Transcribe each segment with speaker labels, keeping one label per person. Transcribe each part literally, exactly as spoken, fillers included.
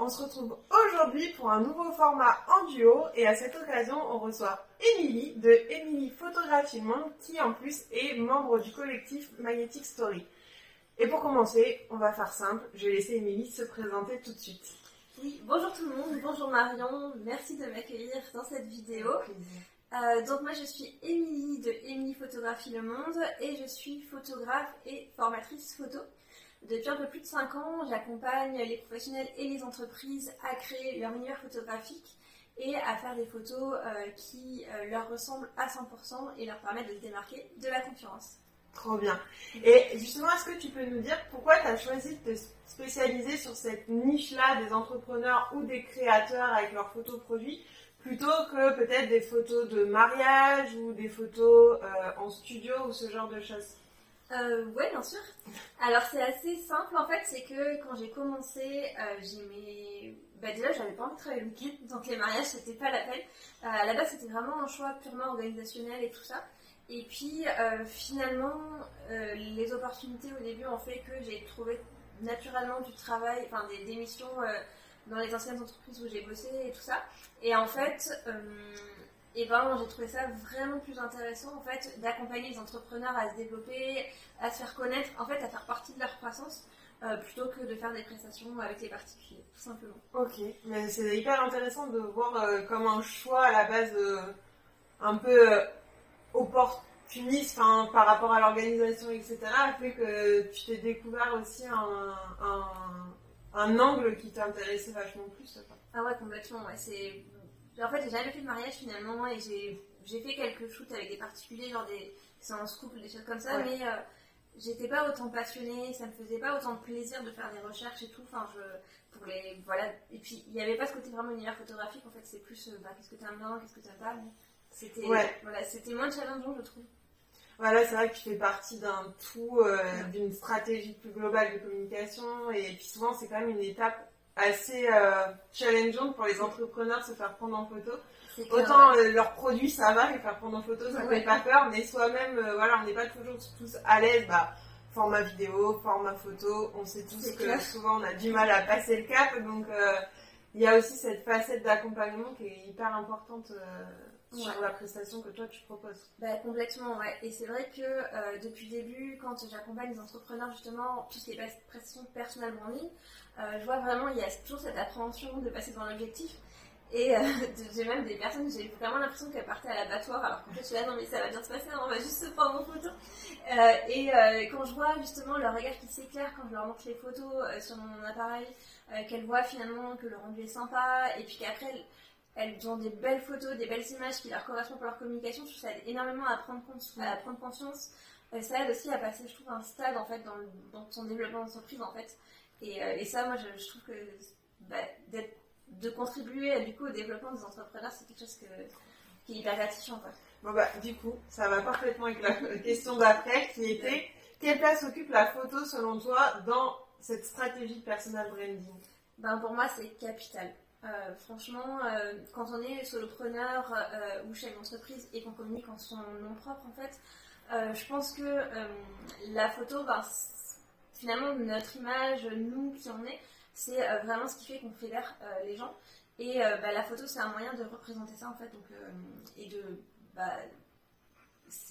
Speaker 1: on se retrouve aujourd'hui pour un nouveau format en duo et à cette occasion on reçoit Émilie de Émilie Photographie Monde qui en plus est membre du collectif Magnetic Story. Et pour commencer, on va faire simple, je vais laisser Émilie se présenter tout de suite.
Speaker 2: Oui, bonjour tout le monde, bonjour Marion, merci de m'accueillir dans cette vidéo. Euh, donc moi je suis Émilie de Émilie Photographie Le Monde et je suis photographe et formatrice photo. Depuis un peu plus de cinq ans, j'accompagne les professionnels et les entreprises à créer leur univers photographique et à faire des photos euh, qui euh, leur ressemblent à cent pour cent et leur permettent de se démarquer de la concurrence.
Speaker 1: Trop bien. Et justement, est-ce que tu peux nous dire pourquoi tu as choisi de te spécialiser sur cette niche-là des entrepreneurs ou des créateurs avec leurs photos produits plutôt que peut-être des photos de mariage ou des photos euh, en studio ou ce genre de choses?
Speaker 2: Euh, ouais, bien sûr. Alors c'est assez simple en fait, c'est que quand j'ai commencé, euh, j'aimais... Bah déjà j'avais pas envie de travailler le week-end, donc les mariages c'était pas la peine. Euh, à la base c'était vraiment un choix purement organisationnel et tout ça. Et puis euh, finalement, euh, les opportunités au début ont fait que j'ai trouvé naturellement du travail, enfin des, des missions euh, dans les anciennes entreprises où j'ai bossé et tout ça. Et en fait... Euh, Et ben, j'ai trouvé ça vraiment plus intéressant en fait d'accompagner les entrepreneurs à se développer, à se faire connaître, en fait à faire partie de leur croissance euh, plutôt que de faire des prestations avec les particuliers, tout simplement.
Speaker 1: Ok, mais c'est hyper intéressant de voir euh, comme un choix à la base euh, un peu euh, opportuniste par rapport à l'organisation, et cetera fait que tu t'es découvert aussi un, un, un angle qui t'intéressait vachement plus. Quoi.
Speaker 2: Ah ouais, complètement, ouais, c'est... En fait, j'ai jamais fait de mariage finalement et j'ai, j'ai fait quelques shoots avec des particuliers, genre des séances couple, des choses comme ça, ouais. mais euh, j'étais pas autant passionnée, ça me faisait pas autant de plaisir de faire des recherches et tout. Enfin, je, pour les, voilà. Et puis, il n'y avait pas ce côté vraiment univers photographique, en fait, c'est plus euh, bah, qu'est-ce que t'aimes bien, qu'est-ce que t'aimes pas. Mais c'était,
Speaker 1: ouais.
Speaker 2: voilà, c'était moins challengeant, je trouve.
Speaker 1: Voilà, c'est vrai que tu fais partie d'un tout, euh, ouais. d'une stratégie plus globale de communication et puis souvent, c'est quand même une étape assez euh, challengeante pour les entrepreneurs de se faire prendre en photo. Clair, Autant ouais. euh, leurs produits ça va, les faire prendre en photo ça ne ouais. fait pas peur, mais soi-même, euh, voilà, on n'est pas toujours tous à l'aise. Bah, format vidéo, format photo, on sait tous c'est que clair. Souvent on a du mal à passer le cap, donc il euh, y a aussi cette facette d'accompagnement qui est hyper importante euh, ouais. sur la prestation que toi tu proposes.
Speaker 2: Bah, complètement, ouais. Et c'est vrai que euh, depuis le début, quand j'accompagne les entrepreneurs justement, tout ce qui est prestations personnelles branding, Euh, je vois vraiment il y a toujours cette appréhension de passer dans l'objectif et euh, j'ai même des personnes, j'ai vraiment l'impression qu'elles partaient à l'abattoir alors qu'en fait je suis là non mais ça va bien se passer, on va juste se prendre en photo euh, et euh, quand je vois justement leur regard qui s'éclaire quand je leur montre les photos euh, sur mon appareil, euh, qu'elles voient finalement que le rendu est sympa et puis qu'après elles, elles ont des belles photos, des belles images qui leur correspondent pour leur communication, je trouve ça aide énormément à prendre, compte, à prendre conscience, euh, ça aide aussi à passer je trouve un stade en fait dans, le, dans son développement d'entreprise en fait. Et, euh, et ça, moi, je, je trouve que bah, de contribuer du coup au développement des entrepreneurs, c'est quelque chose que, qui est hyper gratifiant. Quoi.
Speaker 1: Bon bah, du coup, ça va parfaitement avec la question d'après, qui était quelle place occupe la photo selon toi dans cette stratégie de personal branding?
Speaker 2: Ben pour moi, c'est capital. Euh, franchement, euh, quand on est solopreneur euh, ou chef d'entreprise et qu'on communique en son nom propre, en fait, euh, je pense que euh, la photo, ben, finalement, notre image, nous qui on est, c'est euh, vraiment ce qui fait qu'on fédère euh, les gens. Et euh, bah, la photo, c'est un moyen de représenter ça, en fait. Donc, euh, et de... Bah, c'est...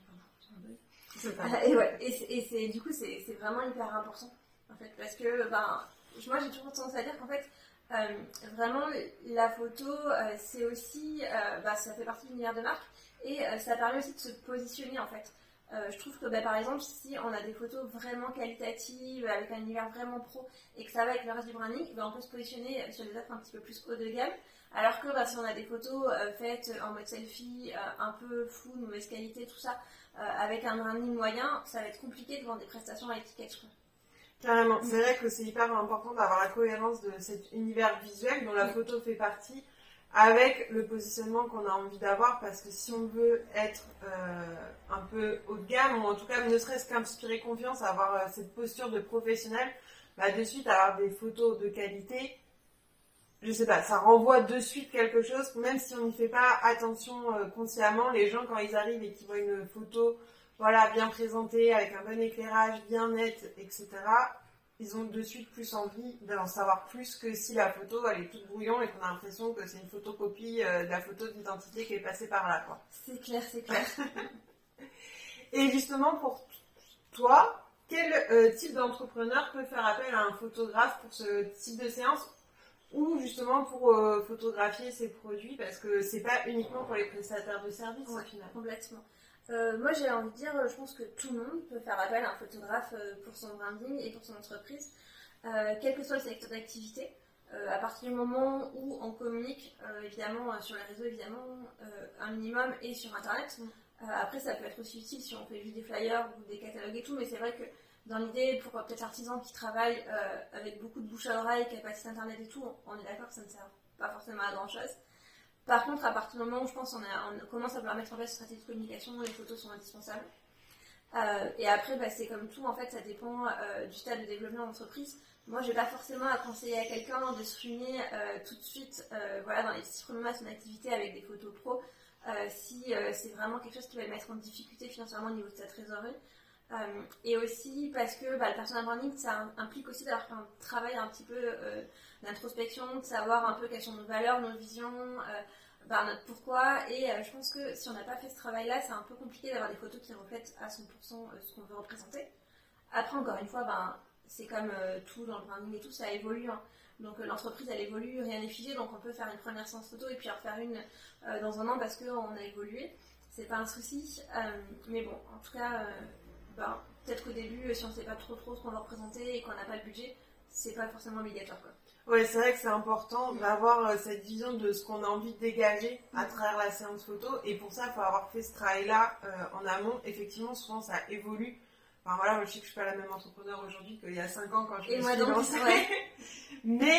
Speaker 2: C'est pas et, ouais, et, c'est, et c'est, du coup, c'est, c'est vraiment hyper important, en fait. Parce que, bah, moi, j'ai toujours tendance à dire qu'en fait, euh, vraiment, la photo, euh, c'est aussi... Euh, bah, ça fait partie de l'univers de marque. Et euh, ça permet aussi de se positionner, en fait. Euh, je trouve que bah, par exemple si on a des photos vraiment qualitatives avec un univers vraiment pro et que ça va avec le reste du branding, bah, on peut se positionner sur des offres un petit peu plus haut de gamme, alors que bah, si on a des photos euh, faites en mode selfie, euh, un peu flou, mauvaise qualité, tout ça, euh, avec un branding moyen, ça va être compliqué de vendre des prestations à étiquette, je crois.
Speaker 1: Carrément, c'est vrai que c'est hyper important d'avoir la cohérence de cet univers visuel dont la photo fait partie avec le positionnement qu'on a envie d'avoir, parce que si on veut être euh, un peu haut de gamme, ou en tout cas ne serait-ce qu'inspirer confiance, avoir euh, cette posture de professionnel, bah de suite avoir des photos de qualité, je sais pas, ça renvoie de suite quelque chose, même si on n'y fait pas attention euh, consciemment, les gens quand ils arrivent et qu'ils voient une photo voilà, bien présentée, avec un bon éclairage, bien nette, et cetera, ils ont de suite plus envie d'en savoir plus que si la photo elle est toute brouillon et qu'on a l'impression que c'est une photocopie euh, de la photo d'identité qui est passée par là, quoi.
Speaker 2: C'est clair, c'est clair.
Speaker 1: Et justement, pour toi, quel euh, type d'entrepreneur peut faire appel à un photographe pour ce type de séance ou justement pour euh, photographier ses produits, parce que c'est pas uniquement pour les prestataires de services
Speaker 2: Ouais,
Speaker 1: au final.
Speaker 2: Complètement. Euh, moi j'ai envie de dire, je pense que tout le monde peut faire appel à un photographe euh, pour son branding et pour son entreprise, euh, quel que soit le secteur d'activité. Euh, à partir du moment où on communique, euh, évidemment, euh, sur les réseaux, évidemment, euh, un minimum et sur Internet.
Speaker 1: Mm.
Speaker 2: Euh, après, ça peut être aussi utile si on fait juste des flyers ou des catalogues et tout, mais c'est vrai que dans l'idée, pour euh, peut-être l'artisan qui travaille euh, avec beaucoup de bouche à oreille, qui a pas de site Internet et tout, on est d'accord que ça ne sert pas forcément à grand-chose. Par contre, à partir du moment où je pense qu'on on commence à vouloir mettre en place une stratégie de communication, les photos sont indispensables. Euh, et après, bah, c'est comme tout, en fait, ça dépend euh, du stade de développement de l'entreprise. Moi, je n'ai pas forcément à conseiller à quelqu'un de se ruiner euh, tout de suite euh, voilà, dans les six premiers mois de son activité avec des photos pro, euh, si euh, c'est vraiment quelque chose qui va le mettre en difficulté financièrement au niveau de sa trésorerie. Euh, et aussi parce que bah, le personal branding, ça implique aussi d'avoir fait un travail un petit peu euh, d'introspection, de savoir un peu quelles sont nos valeurs, nos visions, euh, bah, notre pourquoi. Et euh, je pense que si on n'a pas fait ce travail-là, c'est un peu compliqué d'avoir des photos qui reflètent à cent pour cent ce qu'on veut représenter. Après, encore une fois, ben, c'est comme euh, tout dans le branding et tout, ça évolue. Hein. Donc euh, l'entreprise, elle évolue, rien n'est figé, donc on peut faire une première séance photo et puis en refaire une euh, dans un an parce qu'on a évolué. C'est pas un souci. Euh, mais bon, en tout cas... Euh, Ben, peut-être qu'au début, si on ne sait pas trop trop ce qu'on va représenter et qu'on n'a pas le budget, c'est pas forcément obligatoire, quoi.
Speaker 1: Ouais, c'est vrai que c'est important d'avoir euh, cette vision de ce qu'on a envie de dégager à travers la séance photo, et pour ça, il faut avoir fait ce travail-là euh, en amont. Effectivement, souvent, ça évolue. Enfin voilà, moi, je sais que je suis pas la même entrepreneur aujourd'hui qu'il y a cinq ans quand je
Speaker 2: et
Speaker 1: me
Speaker 2: moi
Speaker 1: suis
Speaker 2: donc,
Speaker 1: lancée.
Speaker 2: Ouais.
Speaker 1: Mais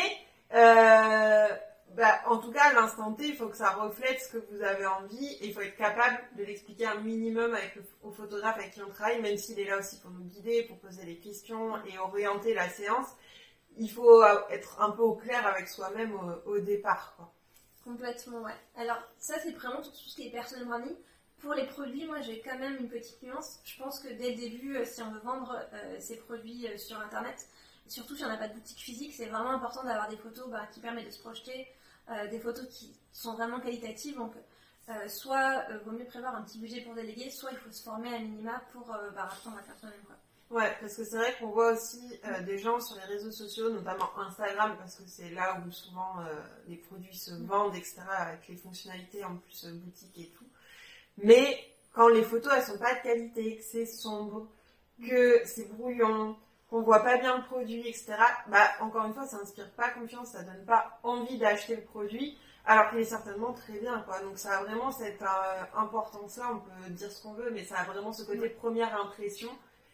Speaker 1: euh, bah, en tout cas, à l'instant T, il faut que ça reflète ce que vous avez envie et il faut être capable de l'expliquer un minimum avec le, au photographe avec qui on travaille, même s'il est là aussi pour nous guider, pour poser des questions et orienter la séance. Il faut être un peu au clair avec soi-même au, au départ, quoi.
Speaker 2: Complètement, ouais. Alors, ça, c'est vraiment tout ce qui est personal branding. Pour les produits, moi, j'ai quand même une petite nuance. Je pense que dès le début, si on veut vendre euh, ces produits euh, sur Internet, surtout si on n'a pas de boutique physique, c'est vraiment important d'avoir des photos bah, qui permettent de se projeter, euh, des photos qui sont vraiment qualitatives. Donc, euh, soit euh, vaut mieux prévoir un petit budget pour déléguer, soit il faut se former à minima pour euh, bah, apprendre à faire soi-même, quoi.
Speaker 1: Ouais, parce que c'est vrai qu'on voit aussi euh, des gens sur les réseaux sociaux, notamment Instagram, parce que c'est là où souvent euh, les produits se vendent, et cetera, avec les fonctionnalités en plus euh, boutique et tout. Mais quand les photos elles sont pas de qualité, que c'est sombre, que c'est brouillon, qu'on voit pas bien le produit, et cetera, bah encore une fois, ça inspire pas confiance, ça donne pas envie d'acheter le produit, alors qu'il est certainement très bien, quoi. Donc ça a vraiment cette euh, importance-là, on peut dire ce qu'on veut, mais ça a vraiment ce côté première impression.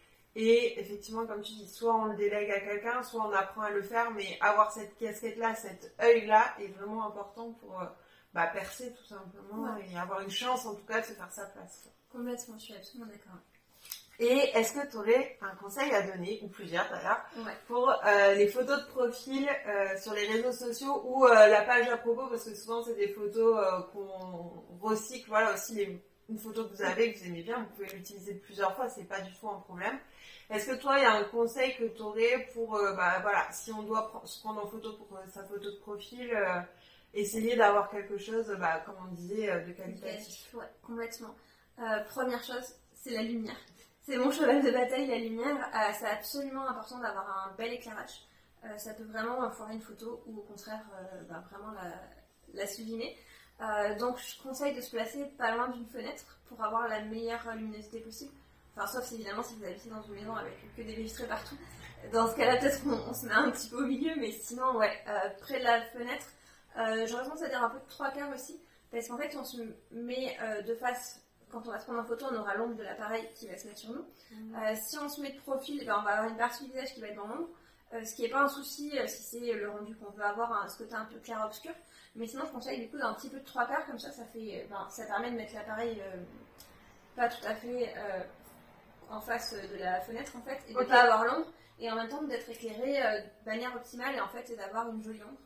Speaker 1: Et effectivement, comme tu dis, soit on le délègue à quelqu'un, soit on apprend à le faire, mais avoir cette casquette-là, cet œil-là est vraiment important pour euh, bah, percer tout simplement, ouais. Et avoir une chance en tout cas de se faire sa place.
Speaker 2: Complètement, je suis absolument d'accord.
Speaker 1: Et est-ce que tu aurais un conseil à donner, ou plusieurs d'ailleurs,
Speaker 2: ouais.
Speaker 1: pour euh, les photos de profil euh, sur les réseaux sociaux ou euh, la page à propos, parce que souvent c'est des photos euh, qu'on recycle, voilà aussi les, une photo que vous avez, que vous aimez bien, vous pouvez l'utiliser plusieurs fois, c'est pas du tout un problème. Est-ce que toi, il y a un conseil que tu aurais pour, euh, bah voilà, si on doit pr- se prendre en photo pour euh, sa photo de profil, euh, essayer d'avoir quelque chose, bah, comme on disait, euh, de qualitatif.
Speaker 2: Ouais, complètement. Euh, première chose, c'est la lumière. C'est mon cheval de bataille, la lumière. Euh, c'est absolument important d'avoir un bel éclairage. Euh, ça peut vraiment foirer une photo ou au contraire, euh, bah, vraiment la, la sublimer. Euh, donc, je conseille de se placer pas loin d'une fenêtre pour avoir la meilleure luminosité possible. Enfin, sauf évidemment si vous habitez dans une maison avec que des baies vitrées partout. Dans ce cas-là, peut-être qu'on on se met un petit peu au milieu, mais sinon, ouais, euh, près de la fenêtre. Euh, J'aurais tendance à dire un peu de trois quarts aussi, parce qu'en fait, on se met euh, de face, quand on va se prendre en photo, on aura l'ombre de l'appareil qui va se mettre sur nous. Mmh. Euh, si on se met de profil, ben, on va avoir une partie du visage qui va être dans l'ombre, euh, ce qui n'est pas un souci euh, si c'est le rendu qu'on veut avoir, hein, ce côté un peu clair-obscur. Mais sinon, je conseille du coup d'un petit peu de trois quarts, comme ça, ça, fait, ben, ça permet de mettre l'appareil euh, pas tout à fait euh, en face de la fenêtre, en fait, et de ne okay. pas avoir l'ombre, et en même temps d'être éclairé euh, de manière optimale, et en fait, et d'avoir une jolie ombre.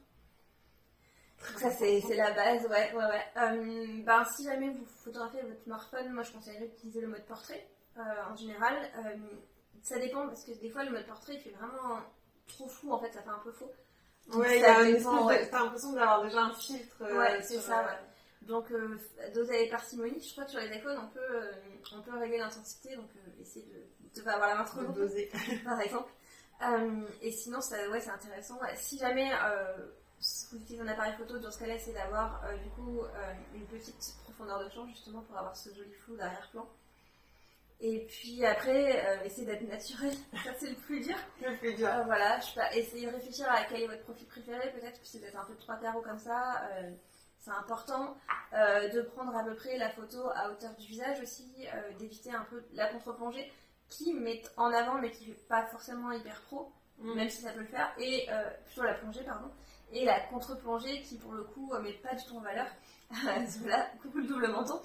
Speaker 2: Donc ça, c'est, c'est la base, ouais, ouais, ouais. Euh, ben, si jamais vous photographiez votre smartphone, moi, je conseillerais d'utiliser le mode portrait, euh, en général. Euh, ça dépend, parce que des fois, le mode portrait, il fait vraiment trop flou, en fait, ça fait un peu faux.
Speaker 1: Donc, ouais, il y a une espèce de... ouais. T'as l'impression d'avoir déjà un filtre. Euh,
Speaker 2: ouais, c'est ça, euh... ouais. Donc, euh, doser avec parcimonie. Je crois que sur les iPhones, on peut, euh, on peut régler l'intensité, donc euh, essayer de ne pas avoir la main trop lourde, doser, par exemple. Euh, et sinon, ça, ouais, c'est intéressant. Si jamais euh, vous utilisez un appareil photo, dans ce cas-là, c'est d'avoir euh, du coup euh, une petite profondeur de champ, justement, pour avoir ce joli flou d'arrière-plan. Et puis après, euh, essayer d'être naturel, ça c'est le plus dur.
Speaker 1: Le plus dur.
Speaker 2: Euh, voilà, je sais pas, essayez de réfléchir à quel est votre profil préféré, peut-être, puis c'est peut-être un peu de trois carreaux comme ça. Euh, c'est important euh, de prendre à peu près la photo à hauteur du visage aussi, euh, d'éviter un peu la contre-plongée qui met en avant, mais qui n'est pas forcément hyper pro, mmh. même si ça peut le faire, et euh, plutôt la plongée, pardon, et la contre-plongée qui pour le coup ne met pas du tout en valeur. Voilà, coucou le double menton.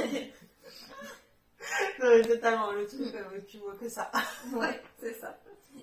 Speaker 1: Non, mais totalement, le truc, euh, tu vois que ça.
Speaker 2: Ouais, c'est ça.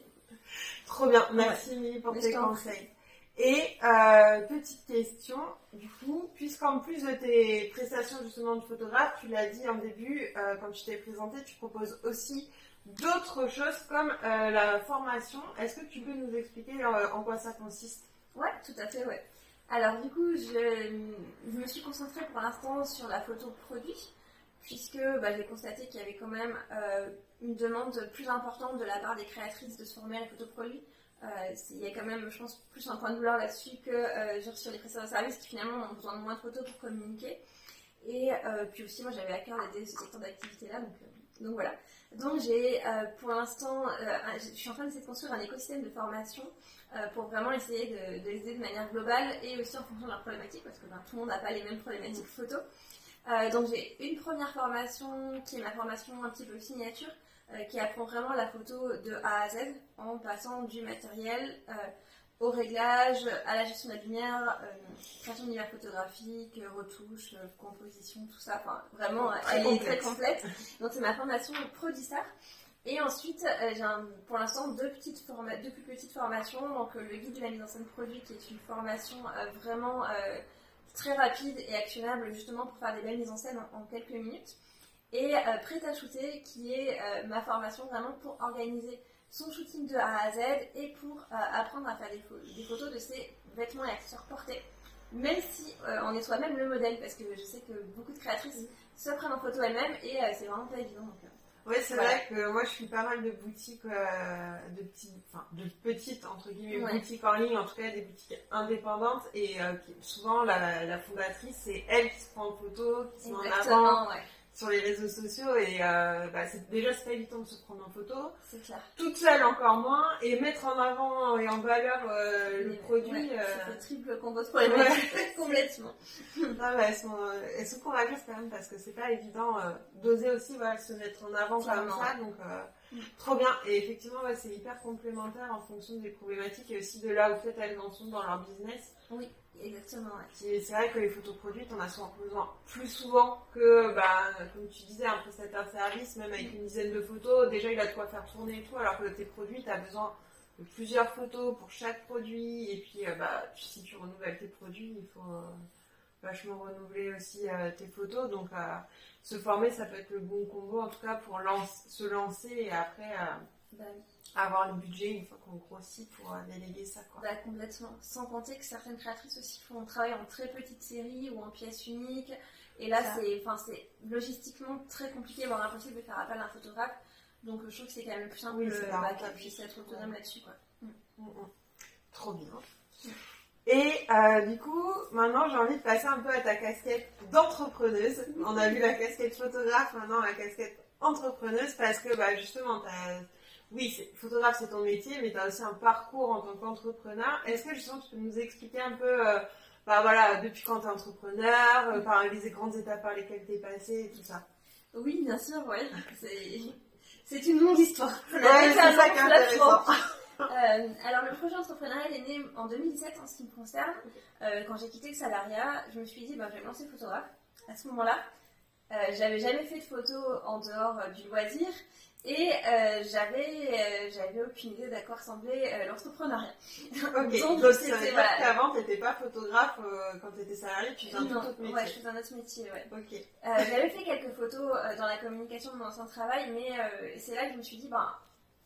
Speaker 1: Trop bien, merci ouais. Milly pour mais tes conseils. Et euh, petite question, du coup, puisqu'en plus de tes prestations justement de photographe, tu l'as dit en début, euh, quand tu t'es présentée, tu proposes aussi d'autres choses comme euh, la formation. Est-ce que tu peux nous expliquer euh, en quoi ça consiste?
Speaker 2: Ouais, tout à fait, ouais. Alors du coup, je, je me suis concentrée pour l'instant sur la photo produit, puisque bah, j'ai constaté qu'il y avait quand même euh, une demande plus importante de la part des créatrices de se former à la photo produit. Euh, il y a quand même, je pense, plus un point de douleur là-dessus que euh, sur les prestataires de services qui finalement ont besoin de moins de photos pour communiquer. Et euh, puis aussi, moi j'avais à cœur d'aider ce secteur d'activité-là, donc, euh, donc voilà. Donc j'ai euh, pour l'instant, euh, je suis en train d'essayer de construire un écosystème de formation euh, pour vraiment essayer de, de les aider de manière globale et aussi en fonction de leurs problématiques, parce que ben, tout le monde n'a pas les mêmes problématiques photo. Euh, donc j'ai une première formation qui est ma formation un petit peu signature, euh, qui apprend vraiment la photo de A à Z en passant du matériel euh, au réglage, à la gestion de la lumière, euh, création d'univers photographique, retouche, euh, composition, tout ça. Enfin vraiment, très elle complète. Est très complète. Donc c'est ma formation Prodistar. Et ensuite, euh, j'ai un, pour l'instant deux, petites forma- deux plus petites formations. Donc euh, le guide de la mise en scène produit, qui est une formation euh, vraiment euh, très rapide et actionnable justement pour faire des belles mises en scène en, en quelques minutes. Et euh, Prêt à shooter, qui est euh, ma formation vraiment pour organiser son shooting de A à Z et pour euh, apprendre à faire des, pho- des photos de ses vêtements et accessoires portés. Même si euh, on est soi-même le modèle, parce que je sais que beaucoup de créatrices se prennent en photo elles-mêmes et euh, c'est vraiment pas évident. Donc, euh,
Speaker 1: oui, c'est voilà. Vrai que moi je suis pas mal de boutiques, euh, de, petits, enfin, de petites entre guillemets ouais. boutiques en ligne, en tout cas des boutiques indépendantes, et euh, qui, souvent la, la fondatrice c'est elle qui se prend en photo, qui se met en avant. Ouais. Sur les réseaux sociaux et euh, bah, c'est, déjà c'est pas évident de se prendre en photo,
Speaker 2: c'est clair.
Speaker 1: Toute seule encore moins, et mettre en avant et en valeur euh, le produit.
Speaker 2: Ouais,
Speaker 1: euh...
Speaker 2: C'est le triple combo de problématiques, ouais. Complètement.
Speaker 1: Non, bah, elles, sont, elles sont courageuses quand même parce que c'est pas évident euh, d'oser aussi voilà, se mettre en avant comme ça, donc euh, mm. trop bien. Et effectivement ouais, c'est hyper complémentaire en fonction des problématiques et aussi de là où fait elles en sont dans leur business.
Speaker 2: Oui. Exactement, ouais.
Speaker 1: C'est vrai que les photos produites, on a souvent besoin plus souvent que, bah, comme tu disais, un prestataire de service, même avec une dizaine de photos, déjà il a de quoi faire tourner et tout, alors que tes produits, tu as besoin de plusieurs photos pour chaque produit, et puis euh, bah, si tu renouvelles tes produits, il faut euh, vachement renouveler aussi euh, tes photos, donc euh, se former, ça peut être le bon combo, en tout cas pour lance, se lancer et après... Euh,
Speaker 2: bah, oui.
Speaker 1: Avoir le budget une fois qu'on grossit pour euh, déléguer ça quoi.
Speaker 2: Bah complètement, sans compter que certaines créatrices aussi font un travail en très petite série ou en pièces uniques et là ça. c'est, enfin, c'est logistiquement très compliqué voire impossible de faire appel à un photographe, donc je trouve que c'est quand même plus simple oui, euh, bah, qu'elle puisse être autonome ouais. là-dessus quoi. Mm.
Speaker 1: Mm, mm. Trop bien. Mm. Et euh, du coup maintenant j'ai envie de passer un peu à ta casquette d'entrepreneuse. On a vu la casquette photographe, maintenant la casquette entrepreneuse parce que bah, justement t'as oui, c'est, photographe c'est ton métier, mais tu as aussi un parcours en tant qu'entrepreneur. Est-ce que justement tu peux nous expliquer un peu, euh, bah voilà, depuis quand tu es entrepreneur, euh, par les grandes étapes par lesquelles tu es passé et tout ça?
Speaker 2: Oui, bien sûr, ouais. C'est, c'est une longue histoire.
Speaker 1: Ouais, c'est ça qui est intéressant.
Speaker 2: euh, alors le projet entrepreneurial est né en deux mille dix-sept en ce qui me concerne. Euh, quand j'ai quitté le salariat, je me suis dit, bah, je vais me lancer photographe. À ce moment-là, euh, j'avais jamais fait de photos en dehors euh, du loisir. Et euh, j'avais, euh, j'avais aucune idée d'à quoi ressemblait euh, l'entrepreneuriat.
Speaker 1: Ok, donc, donc ça veut dire voilà. qu'avant tu n'étais pas photographe euh, quand tu étais salariée, tu faisais un tout autre métier.
Speaker 2: Ouais, je faisais un autre métier, ouais.
Speaker 1: Ok.
Speaker 2: Euh, j'avais fait quelques photos euh, dans la communication de mon ancien travail, mais euh, c'est là que je me suis dit, ben,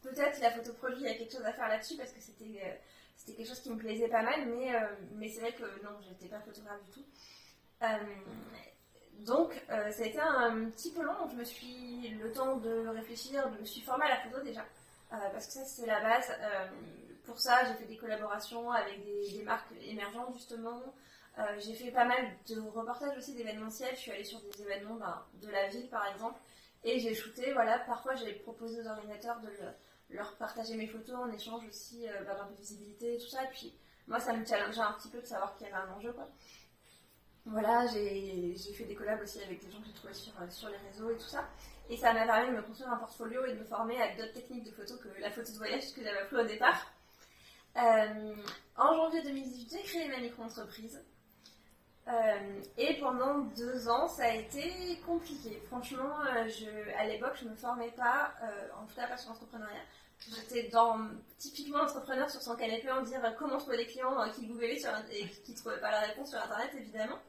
Speaker 2: peut-être la photo produit, il y a quelque chose à faire là-dessus parce que c'était, euh, c'était quelque chose qui me plaisait pas mal, mais, euh, mais c'est vrai que non, j'étais pas photographe du tout. Euh, donc euh, ça a été un petit peu long, donc je me suis le temps de réfléchir, je me suis formée à la photo déjà, euh, parce que ça c'est la base. Euh, pour ça j'ai fait des collaborations avec des, des marques émergentes justement. Euh, j'ai fait pas mal de reportages aussi d'événementiels, je suis allée sur des événements ben, de la ville par exemple, et j'ai shooté, voilà, parfois j'ai proposé aux organisateurs de le, leur partager mes photos en échange aussi euh, ben, d'un peu de visibilité et tout ça, et puis moi ça me challengeait un petit peu de savoir qu'il y avait un enjeu quoi. Voilà, j'ai, j'ai fait des collabs aussi avec des gens que j'ai trouvés sur, sur les réseaux et tout ça, et ça m'a permis de me construire un portfolio et de me former à d'autres techniques de photos que la photo de voyage que j'avais appris au départ. Euh, en janvier deux mille dix-huit, j'ai créé ma micro-entreprise. Euh, et pendant deux ans, ça a été compliqué. Franchement, euh, je, à l'époque, je ne me formais pas, euh, en tout cas pas sur l'entrepreneuriat. J'étais dans, typiquement entrepreneur sur son canapé en dire euh, comment trouver des clients euh, qui googlaient sur, et qui ne trouvaient pas la réponse sur Internet, évidemment.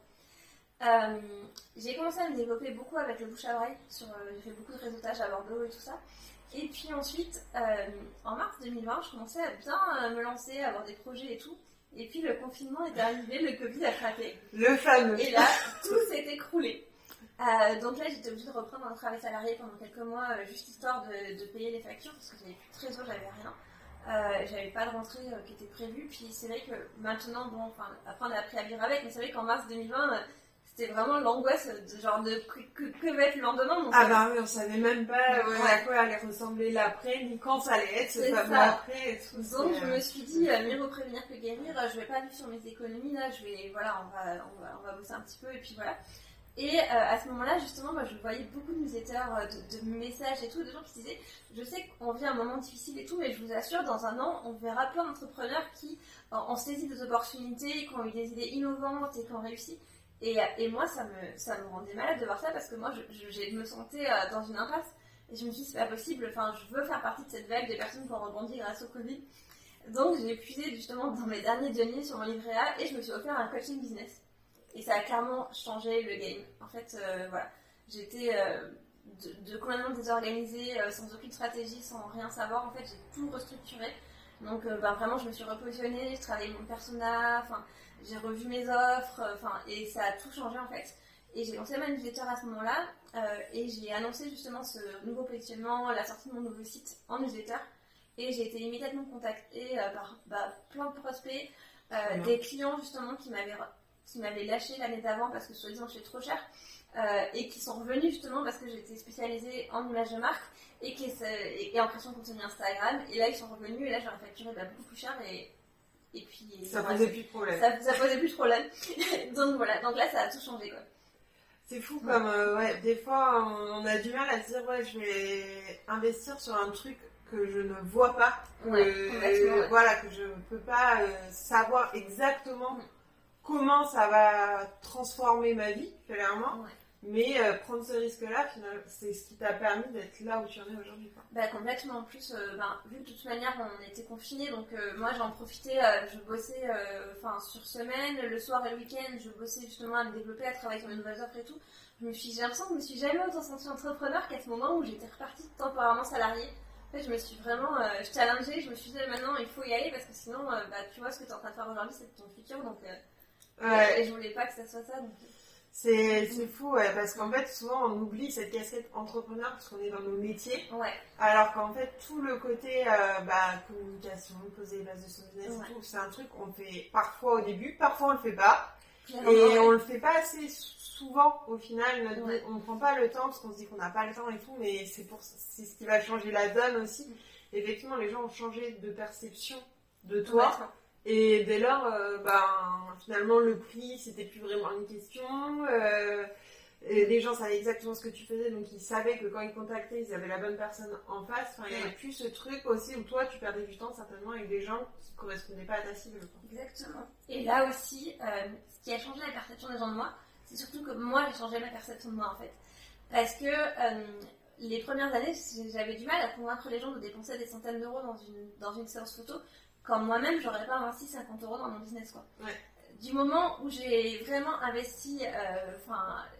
Speaker 2: Euh, j'ai commencé à me développer beaucoup avec le bouche à oreille. Sur, euh, j'ai fait beaucoup de réseautage à Bordeaux et tout ça. Et puis ensuite, euh, en mars deux mille vingt, je commençais à bien euh, me lancer, à avoir des projets et tout. Et puis le confinement est arrivé, le Covid a frappé.
Speaker 1: Le fameux.
Speaker 2: Et là, tout s'est écroulé. Euh, donc là, j'étais obligée de reprendre un travail salarié pendant quelques mois, euh, juste histoire de, de payer les factures, parce que j'avais plus de trésor, j'avais rien. Euh, j'avais pas de rentrée euh, qui était prévue. Puis c'est vrai que maintenant, bon, enfin, après on a appris à vivre avec, mais c'est vrai qu'en mars deux mille vingt, euh, c'était vraiment l'angoisse de genre de que, que, que va être le lendemain. Donc,
Speaker 1: ah
Speaker 2: euh,
Speaker 1: bah oui, on savait même pas
Speaker 2: ouais.
Speaker 1: à quoi allait ressembler l'après, ni quand ça allait être, ce
Speaker 2: C'est
Speaker 1: fameux
Speaker 2: ça.
Speaker 1: après. Et tout,
Speaker 2: Donc
Speaker 1: c'est,
Speaker 2: je
Speaker 1: euh...
Speaker 2: me suis dit, euh, mieux vaut prévenir que guérir, je vais pas vivre sur mes économies, là, je vais, voilà, on va, on va, on va bosser un petit peu, et puis voilà. Et euh, à ce moment-là, justement, moi, je voyais beaucoup de newsletters, de, de messages et tout, de gens qui disaient, je sais qu'on vit un moment difficile et tout, mais je vous assure, dans un an, on verra plein d'entrepreneurs qui euh, ont saisi des opportunités, qui ont eu des idées innovantes et qui ont réussi. Et, et moi, ça me, ça me rendait malade de voir ça parce que moi, je, je, je me sentais euh, dans une impasse. Et je me suis dit, c'est pas possible, enfin, je veux faire partie de cette vague des personnes qui ont rebondi grâce au Covid. Donc, j'ai puisé justement dans mes derniers deniers sur mon livret A et je me suis offert un coaching business. Et ça a clairement changé le game. En fait, euh, voilà, j'étais euh, de, de complètement désorganisée, euh, sans aucune stratégie, sans rien savoir. En fait, j'ai tout restructuré. Donc, euh, ben, vraiment, je me suis repositionnée, je travaillais mon persona, enfin, j'ai revu mes offres, enfin, et ça a tout changé en fait. Et j'ai lancé ma newsletter à ce moment-là, euh, et j'ai annoncé justement ce nouveau positionnement, la sortie de mon nouveau site en newsletter. Et j'ai été immédiatement contactée euh, par bah, plein de prospects, euh, mmh. des clients justement qui m'avaient, qui m'avaient lâché l'année d'avant parce que soi-disant j'étais trop cher, euh, et qui sont revenus justement parce que j'étais spécialisée en image de marque et, qui, et, et en création de contenu Instagram. Et là ils sont revenus et là j'aurais facturé bah, beaucoup plus cher et Et puis,
Speaker 1: ça
Speaker 2: voilà,
Speaker 1: posait plus de problème.
Speaker 2: Ça, ça posait plus de problème. Donc voilà, donc là ça a tout changé quoi.
Speaker 1: C'est fou comme, euh, ouais, des fois on a du mal à se dire, ouais, je vais investir sur un truc que je ne vois pas,
Speaker 2: ouais,
Speaker 1: que,
Speaker 2: ouais.
Speaker 1: voilà, que je peux pas euh, savoir exactement mm. comment ça va transformer ma vie, clairement. Ouais. Mais euh, prendre ce risque-là, finalement, c'est ce qui t'a permis d'être là où tu en es aujourd'hui. Quoi.
Speaker 2: Bah, complètement. En plus, euh, bah, vu que de toute manière, on était confinés, donc euh, moi j'en profitais, euh, je bossais euh, sur semaine, le soir et le week-end, je bossais justement à me développer, à travailler sur mes nouvelles offres et tout. Je me suis, j'ai l'impression que je me suis jamais autant sentie entrepreneur qu'à ce moment où j'étais repartie temporairement salariée. En fait, je me suis vraiment euh, challengée, je me suis dit maintenant il faut y aller parce que sinon, euh, bah, tu vois ce que tu es en train de faire aujourd'hui, c'est ton futur, donc euh, ouais. et, et je voulais pas que ça soit ça. Donc...
Speaker 1: C'est, c'est fou, ouais, parce qu'en fait, souvent, on oublie cette casquette entrepreneur parce qu'on est dans nos métiers.
Speaker 2: Ouais.
Speaker 1: Alors qu'en fait, tout le côté euh, bah, communication, poser les bases de son business, ouais. tout, c'est un truc qu'on fait parfois au début, parfois on le fait pas. Clairement, et ouais. on le fait pas assez souvent au final. Notre, ouais. On prend pas le temps parce qu'on se dit qu'on n'a pas le temps et tout, mais c'est, pour, c'est ce qui va changer la donne aussi. Mm. Effectivement, les gens ont changé de perception de toi. Ouais. Et dès lors, euh, ben, finalement, le prix, c'était plus vraiment une question. Euh, et les gens savaient exactement ce que tu faisais, donc ils savaient que quand ils contactaient, ils avaient la bonne personne en face. Enfin, il n'y avait plus ce truc aussi où toi, tu perdais du temps certainement avec des gens qui ne correspondaient pas à ta cible.
Speaker 2: Exactement. Et là aussi, euh, ce qui a changé la perception des gens de moi, c'est surtout que moi, j'ai changé ma perception de moi, en fait. Parce que euh, les premières années, j'avais du mal à convaincre les gens de dépenser des centaines d'euros dans une, dans une séance photo. Quand moi-même, j'aurais pas investi cinquante euros dans mon business, quoi.
Speaker 1: Ouais.
Speaker 2: Du moment où j'ai vraiment investi, enfin, euh,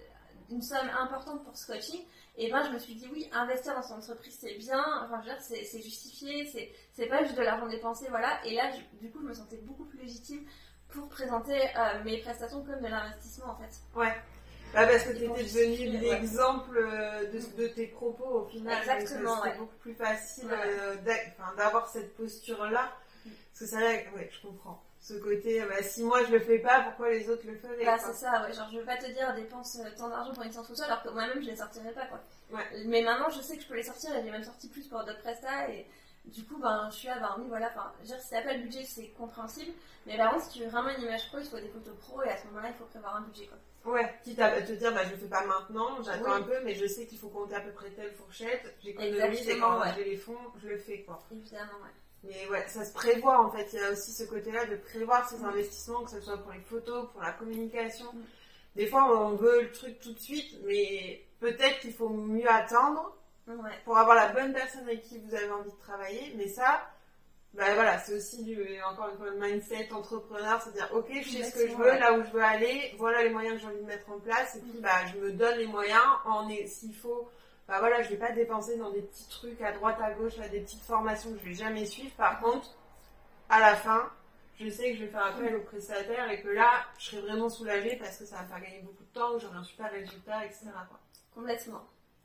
Speaker 2: une somme importante pour ce coaching, et ben je me suis dit oui, investir dans son entreprise c'est bien, enfin je veux dire c'est, c'est justifié, c'est, c'est pas juste de l'argent dépensé, voilà. Et là je, du coup je me sentais beaucoup plus légitime pour présenter euh, mes prestations comme de l'investissement en fait.
Speaker 1: Ouais. Bah parce que tu étais devenu l'exemple ouais. de, de tes propos au final.
Speaker 2: Exactement.
Speaker 1: Donc, c'était
Speaker 2: ouais.
Speaker 1: beaucoup plus facile
Speaker 2: ouais.
Speaker 1: euh, d'a, d'avoir cette posture-là. Mm. Parce que c'est vrai, ouais, je comprends. Ce côté, bah, si moi je le fais pas, pourquoi les autres le feraient?
Speaker 2: Bah c'est ça, ouais. Genre je veux pas te dire dépense tant d'argent pour une séance photo alors que moi-même je les sortirais pas quoi.
Speaker 1: Ouais.
Speaker 2: Mais maintenant je sais que je peux les sortir et j'ai même sorti plus pour d'autres prestats et du coup ben je suis là, ben oui voilà, enfin je veux dire si t'as pas le budget c'est compréhensible, mais par contre si tu veux vraiment une image pro il faut des photos pro et à ce moment-là il faut prévoir un budget quoi.
Speaker 1: Ouais, quitte à te dire, bah, je le fais pas maintenant, j'attends oui. un peu, mais je sais qu'il faut compter à peu près telle fourchette, j'économise et quand ouais. j'ai les fonds, je le fais, quoi.
Speaker 2: Évidemment, ouais.
Speaker 1: Mais ouais, ça se prévoit, en fait, il y a aussi ce côté-là de prévoir ses mmh. investissements, que ce soit pour les photos, pour la communication. Mmh. Des fois, on veut le truc tout de suite, mais peut-être qu'il faut mieux attendre
Speaker 2: ouais.
Speaker 1: pour avoir la bonne personne avec qui vous avez envie de travailler, mais ça... Bah voilà, c'est aussi du, encore une fois, le mindset entrepreneur, c'est-à-dire, ok, je sais ce que je veux, ouais. là où je veux aller, voilà les moyens que j'ai envie de mettre en place, et puis bah je me donne les moyens, en est, s'il faut, bah voilà, je vais pas dépenser dans des petits trucs à droite, à gauche, à des petites formations que je vais jamais suivre. Par contre, à la fin, je sais que je vais faire appel au prestataire et que là, je serai vraiment soulagée parce que ça va me faire gagner beaucoup de temps, que j'aurai un super résultat, et cetera quoi.
Speaker 2: Complètement.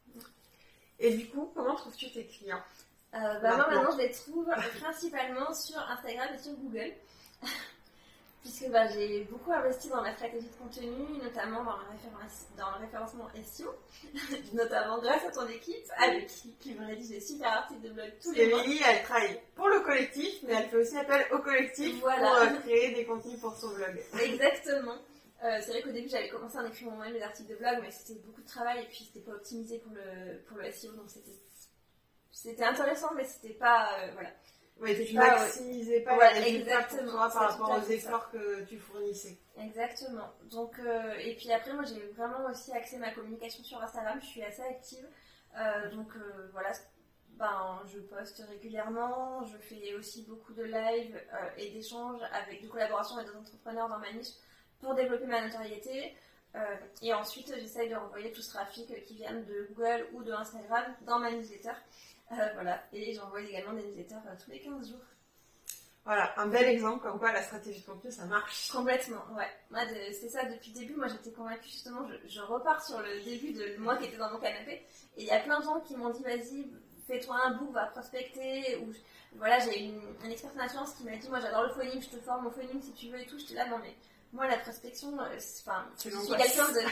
Speaker 1: Et du coup, comment trouves-tu tes clients?
Speaker 2: Euh, bah moi maintenant je les trouve principalement sur Instagram et sur Google puisque bah, j'ai beaucoup investi dans ma stratégie de contenu, notamment dans le, référence, dans le référencement S E O, notamment grâce à ton équipe avec qui, qui me rédige des super articles de blog tous les mois.
Speaker 1: Émilie, elle travaille pour le collectif, mais elle fait aussi appel au collectif voilà. pour euh, créer des contenus pour son blog.
Speaker 2: Exactement. Euh, c'est vrai qu'au début j'avais commencé en écrivant moi-même des articles de blog, mais c'était beaucoup de travail et puis c'était pas optimisé pour le, pour le S E O, donc c'était C'était intéressant, mais c'était pas. Euh, voilà.
Speaker 1: Oui, tu maximisais pas
Speaker 2: ouais,
Speaker 1: les résultats pour toi par rapport aux efforts ça. que tu fournissais.
Speaker 2: Exactement. Donc, euh, et puis après, moi j'ai vraiment aussi axé ma communication sur Instagram, je suis assez active. Euh, donc euh, voilà, ben, je poste régulièrement, je fais aussi beaucoup de lives euh, et d'échanges avec de collaborations avec des entrepreneurs dans ma niche pour développer ma notoriété. Euh, et ensuite, j'essaye de renvoyer tout ce trafic qui vient de Google ou de Instagram dans ma newsletter. Euh, voilà, et j'envoie également des newsletters euh, tous les quinze jours.
Speaker 1: Voilà, un bel exemple comme quoi la stratégie de contenu ça marche.
Speaker 2: Complètement, ouais. Moi, de, c'est ça, depuis le début, moi j'étais convaincue justement, je, je repars sur le début de moi qui était dans mon canapé, et il y a plein de gens qui m'ont dit vas-y, fais-toi un book, va prospecter, ou voilà, j'ai une, une experte en assurance qui m'a dit moi j'adore le phoning, je te forme au phoning si tu veux et tout, j'étais là, non mais moi la prospection, enfin, je suis quelqu'un de.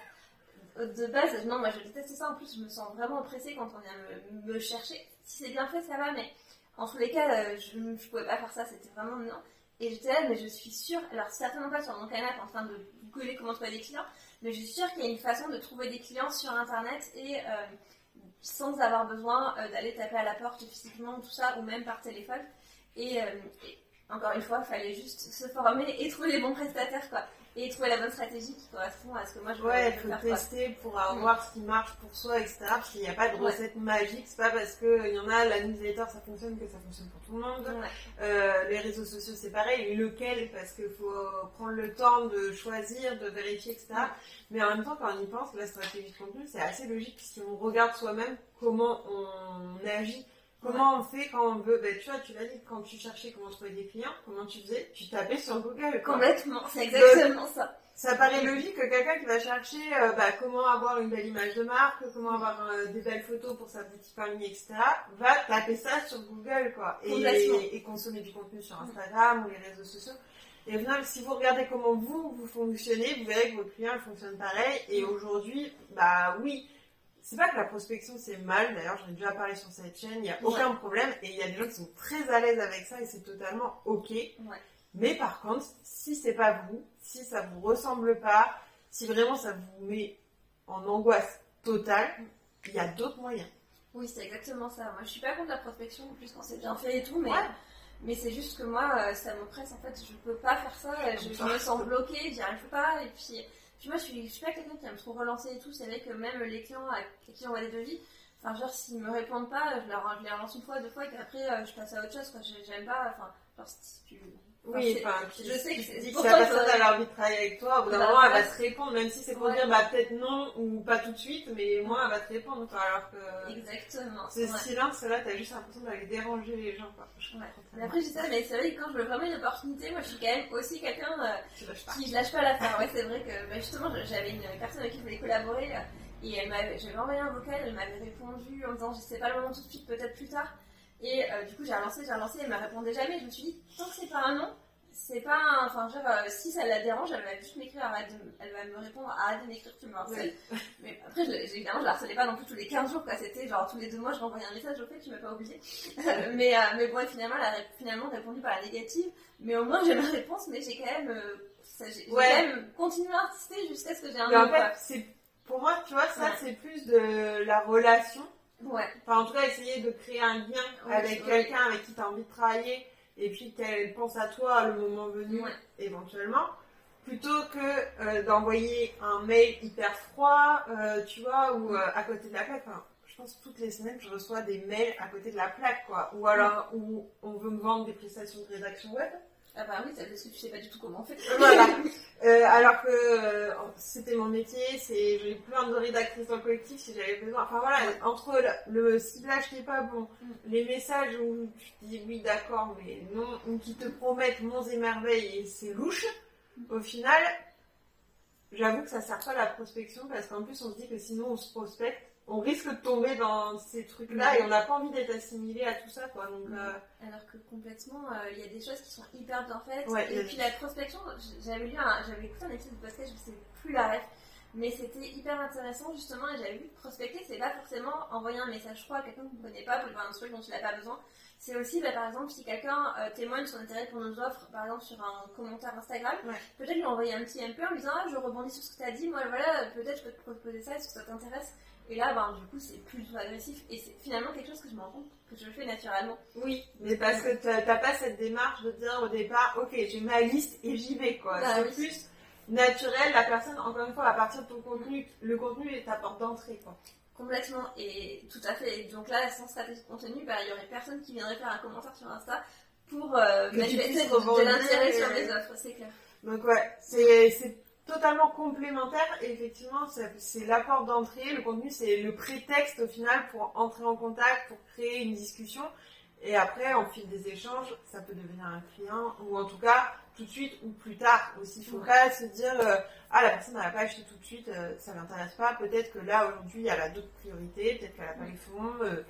Speaker 2: De base, non, moi je déteste ça. En plus, je me sens vraiment oppressée quand on vient me, me chercher. Si c'est bien fait, ça va, mais en tous les cas, je ne pouvais pas faire ça. C'était vraiment non. Et j'étais là, mais je suis sûre, alors certainement pas sur mon canapé en train de googler comment trouver des clients, mais je suis sûre qu'il y a une façon de trouver des clients sur internet et euh, sans avoir besoin euh, d'aller taper à la porte physiquement, tout ça, ou même par téléphone. Et, euh, et encore une fois, il fallait juste se former et trouver les bons prestataires, quoi. Et trouver la bonne stratégie qui correspond à ce que moi je veux
Speaker 1: ouais,
Speaker 2: faire.
Speaker 1: Ouais, il faut tester pour avoir mmh. ce qui marche pour soi, et cetera. Parce qu'il n'y a pas de recette ouais. magique. C'est pas parce qu'il y en a, la newsletter ça fonctionne que ça fonctionne pour tout le monde. Ouais. Euh, les réseaux sociaux c'est pareil. Lequel, parce qu'il faut prendre le temps de choisir, de vérifier, et cetera. Mmh. Mais en même temps, quand on y pense, la stratégie de contenu c'est assez logique si on regarde soi-même comment on agit. Comment ouais. on fait quand on veut, ben tu vois, tu l'as dit, quand tu cherchais comment trouver des clients, comment tu faisais? Tu tapais sur Google. Quoi.
Speaker 2: Complètement, c'est exactement
Speaker 1: Donc,
Speaker 2: ça.
Speaker 1: Ça paraît logique que quelqu'un qui va chercher euh, bah, comment avoir une belle image de marque, comment avoir euh, des belles photos pour sa boutique en ligne, et cetera, va taper ça sur Google, quoi. Et, et, et consommer du contenu sur Instagram mmh. ou les réseaux sociaux. Et au final, si vous regardez comment vous, vous fonctionnez, vous verrez que vos clients ils fonctionnent pareil. Et mmh. aujourd'hui, bah oui, c'est pas que la prospection c'est mal, d'ailleurs j'en ai déjà parlé sur cette chaîne, il n'y a aucun ouais. problème et il y a des gens qui sont très à l'aise avec ça et c'est totalement ok. Ouais. Mais par contre, si c'est pas vous, si ça vous ressemble pas, si vraiment ça vous met en angoisse totale, il y a d'autres moyens.
Speaker 2: Oui, c'est exactement ça. Moi je suis pas contre la prospection, en plus quand c'est bien fait et tout, mais, ouais. mais c'est juste que moi ça m'oppresse en fait, je peux pas faire ça, je, je me sens bloquée, j'y arrive pas et puis. Puis moi, je suis, je suis pas quelqu'un qui aime trop relancer et tout. C'est vrai que même les clients à qui j'envoie des devis, enfin, genre, s'ils me répondent pas, je, leur, je les relance une fois, deux fois, et puis après, euh, je passe à autre chose, quoi. J'aime pas, enfin, genre, si tu...
Speaker 1: Oui,
Speaker 2: enfin,
Speaker 1: enfin,
Speaker 2: je sais que c'est
Speaker 1: dis que
Speaker 2: pourtant,
Speaker 1: la personne
Speaker 2: faudrait...
Speaker 1: a envie de travailler avec toi, au bout d'un
Speaker 2: bah,
Speaker 1: moment elle
Speaker 2: ouais.
Speaker 1: va te répondre, même si c'est pour
Speaker 2: ouais.
Speaker 1: dire bah peut-être non ou pas tout de suite, mais moi elle va te répondre, quoi, alors que
Speaker 2: exactement.
Speaker 1: ce
Speaker 2: ouais.
Speaker 1: silence là, t'as juste l'impression d'aller déranger les gens, quoi.
Speaker 2: Ouais. Mais après je dis ça, mais c'est vrai que quand je veux vraiment une opportunité, moi je suis quand même aussi quelqu'un euh, qui lâche pas l'affaire. Ouais, c'est vrai que bah, justement j'avais une personne avec qui je voulais collaborer et elle m'avait, j'avais envoyé un vocal, elle m'avait répondu en disant je sais pas le moment tout de suite, peut-être plus tard. Et euh, du coup j'ai relancé, j'ai relancé, elle me répondait jamais. Je me suis dit tant que c'est pas un non, c'est pas un... Enfin, genre, euh, si ça la dérange, elle va juste m'écrire, arrête de... elle va me répondre, arrête de m'écrire, tu me harcèles. Oui. Mais après, je, évidemment, je la harcelais pas non plus tous les quinze jours, quoi. C'était genre tous les deux mois, je renvoyais un message, au fait, tu m'as pas oublié. mais, euh, mais bon, finalement, elle a ré... finalement répondu par la négative. Mais au moins, j'ai ma réponse, mais j'ai quand même, euh, ça, j'ai,
Speaker 1: ouais.
Speaker 2: j'ai quand même continué à insister jusqu'à ce que j'ai un
Speaker 1: mais
Speaker 2: nom,
Speaker 1: en fait,
Speaker 2: quoi.
Speaker 1: c'est... pour moi, tu vois, ça, ouais. c'est plus de la relation.
Speaker 2: Ouais.
Speaker 1: Enfin, en tout cas, essayer de créer un lien oui, avec oui. quelqu'un avec qui tu as envie de travailler. Et puis qu'elle pense à toi le moment venu, ouais. éventuellement, plutôt que euh, d'envoyer un mail hyper froid, euh, tu vois, ou euh, à côté de la plaque. Enfin, je pense que toutes les semaines, je reçois des mails à côté de la plaque, quoi. Ou alors, ouais. où on veut me vendre des prestations de rédaction web.
Speaker 2: Ah bah oui, c'est parce que tu sais pas du tout comment on fait.
Speaker 1: Voilà. Euh, alors que euh, c'était mon métier, c'est, j'ai plein de rédactrices dans le collectif si j'avais besoin. Enfin voilà, ouais. entre le, le ciblage qui est pas bon, mm. les messages où tu dis oui d'accord mais non, ou qui te promettent monts et merveilles et c'est louche, mm. au final, j'avoue que ça sert pas à la prospection parce qu'en plus on se dit que sinon on se prospecte. On risque de tomber dans ces trucs-là et on n'a pas envie d'être assimilé à tout ça, quoi. Donc, euh...
Speaker 2: alors que complètement, il euh, y a des choses qui sont hyper bien faites.
Speaker 1: Ouais,
Speaker 2: et puis la prospection, j'avais lu, un, j'avais écouté un épisode de podcast, je sais plus la ref, mais c'était hyper intéressant justement. Et j'avais vu que prospecter, c'est pas forcément envoyer un message froid à quelqu'un que vous ne connaissez pas pour lui faire un truc dont il n'a pas besoin. C'est aussi, bah, par exemple, si quelqu'un euh, témoigne son intérêt pour nos offres, par exemple sur un commentaire Instagram, ouais. peut-être lui envoyer un petit M P en lui disant ah, je rebondis sur ce que tu as dit, moi voilà, peut-être je peux te proposer ça, est-ce que ça t'intéresse? Et là, ben, du coup, c'est plus agressif. Et c'est finalement quelque chose que je me rends compte que je fais naturellement.
Speaker 1: Oui, mais parce que t'as, t'as pas cette démarche de dire au départ, ok, j'ai ma liste et j'y vais, quoi. Bah, c'est oui. plus naturel. La personne, encore une fois, à partir de ton contenu, le contenu est ta porte d'entrée, quoi.
Speaker 2: Complètement. Et tout à fait. Et donc là, sans stratégie de contenu, bah, il y aurait personne qui viendrait faire un commentaire sur Insta pour euh, manifester de, de l'intérêt sur mes offres, c'est clair.
Speaker 1: Donc ouais, c'est... c'est... totalement complémentaire et effectivement c'est, c'est la porte d'entrée, le contenu c'est le prétexte au final pour entrer en contact, pour créer une discussion et après en fil des échanges ça peut devenir un client ou en tout cas tout de suite ou plus tard aussi. Il ne faut ouais. pas se dire euh, ah la personne n'a pas acheté tout de suite, euh, ça ne l'intéresse pas, peut-être que là aujourd'hui elle a d'autres priorités, peut-être qu'elle n'a pas les fonds, euh,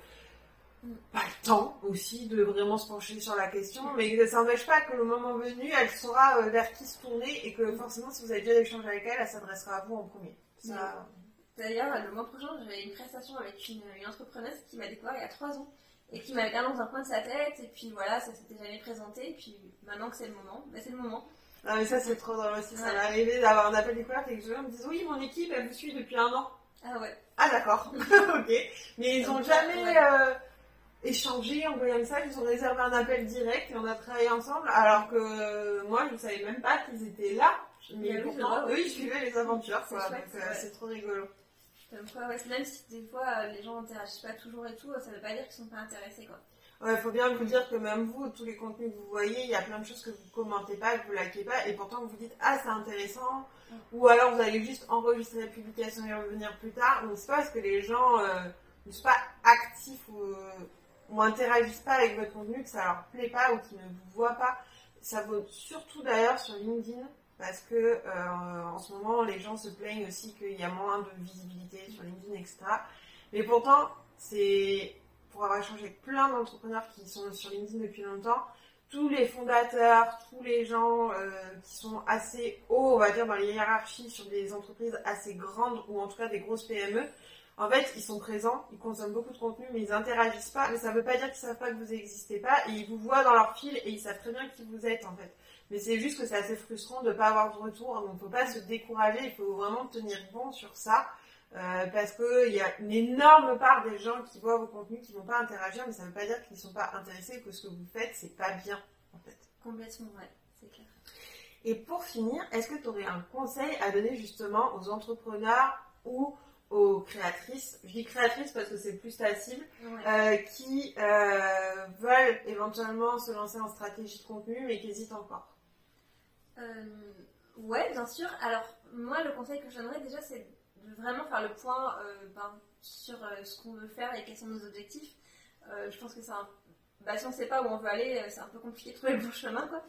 Speaker 1: pas le temps aussi de vraiment se pencher sur la question, mais ça n'empêche pas que le moment venu, elle saura vers qui se tourner et que forcément, si vous avez déjà échangé avec elle, elle s'adressera à vous en premier. Ça...
Speaker 2: D'ailleurs, le mois prochain, j'avais une prestation avec une, une entrepreneuse qui m'a découvert il y a trois ans et qui m'avait gardé dans un coin de sa tête et puis voilà, ça s'était jamais présenté et puis maintenant que c'est le moment, ben c'est le moment.
Speaker 1: Ah mais ça c'est trop drôle aussi, ouais. Ça m'est arrivé d'avoir un appel découverte et que les gens me disent oui, mon équipe, elle vous suit depuis un an.
Speaker 2: Ah ouais.
Speaker 1: Ah d'accord, ok. Mais ils ont jamais... Ouais. Euh... échanger, envoyer un message, ils ont réservé un appel direct et on a travaillé ensemble alors que euh, moi je ne savais même pas qu'ils étaient là mais oui, pourtant eux ils suivaient les aventures quoi, chouette, donc euh, ouais. c'est trop rigolo.
Speaker 2: Comme quoi, ouais, même si des fois euh, les gens n'interagissent pas toujours et tout, ça veut pas dire qu'ils sont pas intéressés quoi.
Speaker 1: Ouais, faut bien vous dire que même vous, tous les contenus que vous voyez, il y a plein de choses que vous commentez pas, que vous likez pas et pourtant vous dites ah c'est intéressant mm. ou alors vous allez juste enregistrer la publication et revenir plus tard, donc c'est pas parce que les gens euh, ne sont pas actifs ou euh, ou interagissent pas avec votre contenu, que ça leur plaît pas ou qu'ils ne vous voient pas. Ça vaut surtout d'ailleurs sur LinkedIn parce que euh, en ce moment les gens se plaignent aussi qu'il y a moins de visibilité sur LinkedIn, et cetera. Mais pourtant, c'est pour avoir échangé avec plein d'entrepreneurs qui sont sur LinkedIn depuis longtemps, tous les fondateurs, tous les gens euh, qui sont assez hauts, on va dire, dans les hiérarchies sur des entreprises assez grandes ou en tout cas des grosses P M E, en fait, ils sont présents, ils consomment beaucoup de contenu, mais ils interagissent pas. Mais ça veut pas dire qu'ils savent pas que vous n'existez pas. Et ils vous voient dans leur fil et ils savent très bien qui vous êtes, en fait. Mais c'est juste que c'est assez frustrant de pas avoir de retour. Donc, faut pas se décourager. Il faut vraiment tenir bon sur ça. Euh, parce que il y a une énorme part des gens qui voient vos contenus qui vont pas interagir. Mais ça veut pas dire qu'ils sont pas intéressés, que ce que vous faites, c'est pas bien, en fait.
Speaker 2: Complètement, ouais. C'est clair.
Speaker 1: Et pour finir, est-ce que tu aurais un conseil à donner justement aux entrepreneurs ou aux créatrices, je dis créatrices parce que c'est plus ta cible,
Speaker 2: Ouais.
Speaker 1: euh, qui euh, veulent éventuellement se lancer en stratégie de contenu mais qui hésitent encore?
Speaker 2: Euh, ouais, bien sûr. Alors, moi, le conseil que je donnerais déjà, c'est de vraiment faire le point euh, ben, sur euh, ce qu'on veut faire et quels sont nos objectifs. Euh, je pense que c'est un... Bah, si on ne sait pas où on veut aller, c'est un peu compliqué de trouver le bon chemin, quoi.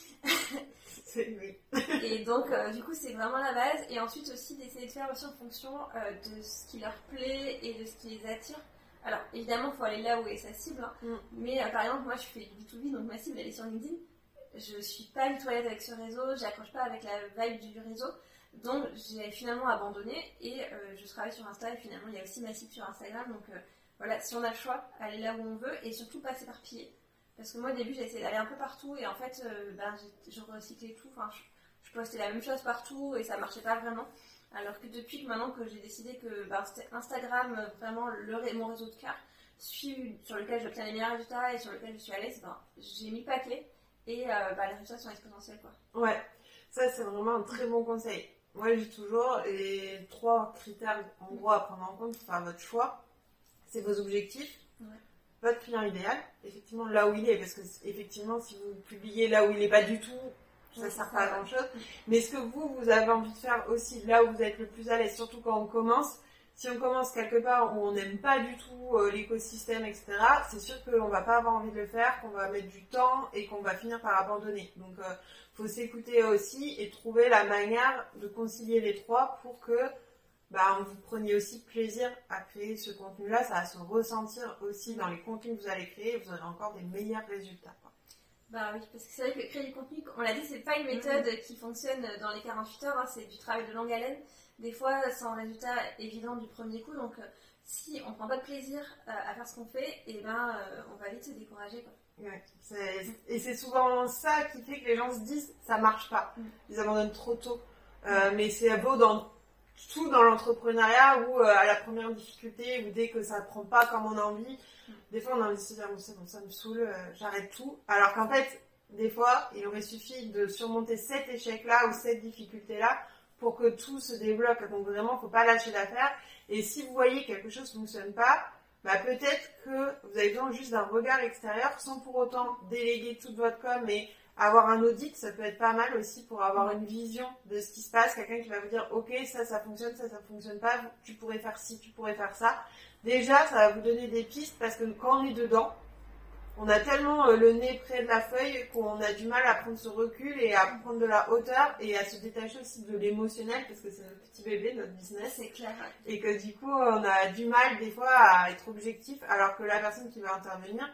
Speaker 1: C'est oui.
Speaker 2: Et donc, euh, du coup, c'est vraiment la base. Et ensuite aussi d'essayer de faire aussi en fonction euh, de ce qui leur plaît et de ce qui les attire. Alors, évidemment, il faut aller là où est sa cible. Hein. Mm. Mais euh, par exemple, moi, je fais du B deux B, donc ma cible, elle est sur LinkedIn. Je suis pas du tout à l'aise avec ce réseau, j'accroche pas avec la vibe du réseau. Donc, j'ai finalement abandonné et euh, je travaille sur Insta. Et finalement, il y a aussi ma cible sur Instagram. Donc, euh, voilà, si on a le choix, aller là où on veut et surtout pas s'éparpiller. Parce que moi, au début, j'ai essayé d'aller un peu partout et en fait, euh, ben, je recyclais tout. Enfin, je, je postais la même chose partout et ça marchait pas vraiment. Alors que depuis que maintenant que j'ai décidé que ben, c'était Instagram, vraiment le, mon réseau de cœur, sur lequel j'obtiens les meilleurs résultats et sur lequel je suis à l'aise, ben, j'ai mis paquet et euh, ben, les résultats sont exponentiels, quoi.
Speaker 1: Ouais, ça c'est vraiment un très bon conseil. Moi, j'ai toujours les trois critères en gros à prendre en compte pour faire votre choix. C'est vos objectifs. Ouais. Votre client idéal, effectivement là où il est, parce que effectivement si vous publiez là où il n'est pas du tout, ça ne sert pas à grand chose. Mais ce que vous, vous avez envie de faire aussi là où vous êtes le plus à l'aise, surtout quand on commence, si on commence quelque part où on n'aime pas du tout euh, l'écosystème, et cetera, c'est sûr qu'on ne va pas avoir envie de le faire, qu'on va mettre du temps et qu'on va finir par abandonner. Donc il euh, faut s'écouter aussi et trouver la manière de concilier les trois pour que bah, vous preniez aussi plaisir à créer ce contenu-là, ça va se ressentir aussi dans les contenus que vous allez créer et vous aurez encore des meilleurs résultats. Quoi.
Speaker 2: Bah oui, parce que c'est vrai que créer du contenu, on l'a dit, c'est pas une méthode mmh. qui fonctionne dans les quarante-huit heures, hein, c'est du travail de longue haleine, des fois sans résultat évident du premier coup, donc euh, si on prend pas de plaisir euh, à faire ce qu'on fait, et ben euh, on va vite se décourager, quoi.
Speaker 1: Ouais, c'est... Et c'est souvent ça qui fait que les gens se disent ça marche pas, mmh. ils abandonnent trop tôt, euh, mmh. mais c'est beau dans tout dans l'entrepreneuriat où euh, à la première difficulté ou dès que ça ne prend pas comme on a envie, mm. des fois on a envie de se dire bon, c'est bon, ça me saoule, euh, j'arrête tout. Alors qu'en fait, des fois, il aurait suffi de surmonter cet échec-là ou cette difficulté-là pour que tout se débloque. Donc vraiment, il ne faut pas lâcher l'affaire. Et si vous voyez que quelque chose ne fonctionne pas, bah, peut-être que vous avez besoin juste d'un regard extérieur sans pour autant déléguer toute votre com et avoir un audit, ça peut être pas mal aussi pour avoir une vision de ce qui se passe, quelqu'un qui va vous dire ok, ça ça fonctionne, ça ça fonctionne pas, tu pourrais faire ci, tu pourrais faire ça. Déjà ça va vous donner des pistes parce que quand on est dedans, on a tellement le nez près de la feuille qu'on a du mal à prendre ce recul et à prendre de la hauteur et à se détacher aussi de l'émotionnel parce que c'est notre petit bébé, notre business.
Speaker 2: C'est clair.
Speaker 1: Et que du coup on a du mal des fois à être objectif alors que la personne qui va intervenir,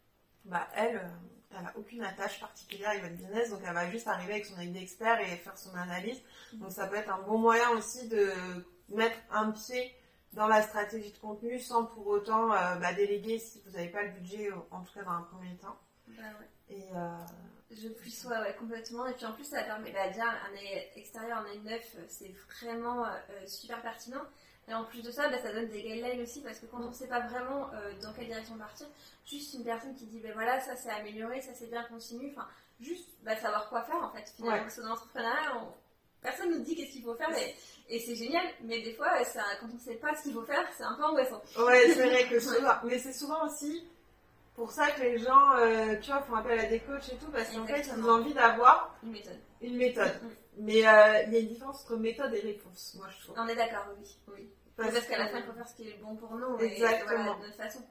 Speaker 1: bah elle... elle n'a aucune attache particulière avec votre business, donc elle va juste arriver avec son œil d'expert et faire son analyse. Donc ça peut être un bon moyen aussi de mettre un pied dans la stratégie de contenu sans pour autant euh, bah, déléguer si vous n'avez pas le budget, en tout cas dans un premier temps.
Speaker 2: Bah ouais.
Speaker 1: Et euh...
Speaker 2: je puis soit ouais, complètement. Et puis en plus ça permet bah, bien un œil extérieur, un œil neuf, c'est vraiment euh, super pertinent. Et en plus de ça, bah, ça donne des guidelines aussi parce que quand on ne sait pas vraiment euh, dans quelle direction partir, juste une personne qui dit ben bah, voilà, ça c'est amélioré, ça c'est bien, continue, enfin juste bah, savoir quoi faire en fait. Finalement, ouais. Parce que dans l'entrepreneuriat, on... personne ne nous dit qu'est-ce qu'il faut faire mais... et c'est génial, mais des fois, ça, quand on ne sait pas ce qu'il faut faire, c'est un peu angoissant.
Speaker 1: Ouais, c'est vrai que souvent, mais c'est souvent aussi pour ça que les gens, euh, tu vois, font appel à des coachs et tout parce qu'en fait, ils ont envie d'avoir
Speaker 2: une méthode. Une
Speaker 1: méthode. Mm-hmm. Mais il euh, y a une différence entre méthode et réponse, moi je trouve.
Speaker 2: On est d'accord, oui. oui. Parce, parce qu'à la fin, il faut faire ce qui est bon pour nous.
Speaker 1: Exactement.
Speaker 2: Et voilà, de toute façon.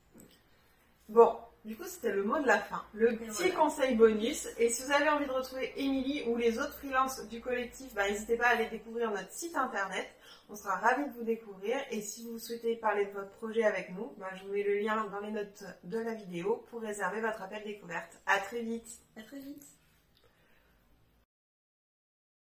Speaker 1: Bon, du coup, c'était le mot de la fin. Le
Speaker 2: et
Speaker 1: petit
Speaker 2: voilà.
Speaker 1: conseil bonus. Et si vous avez envie de retrouver Émilie ou les autres freelances du collectif, bah, n'hésitez pas à aller découvrir notre site internet. On sera ravis de vous découvrir. Et si vous souhaitez parler de votre projet avec nous, bah, je vous mets le lien dans les notes de la vidéo pour réserver votre appel découverte. À très vite.
Speaker 2: À très vite.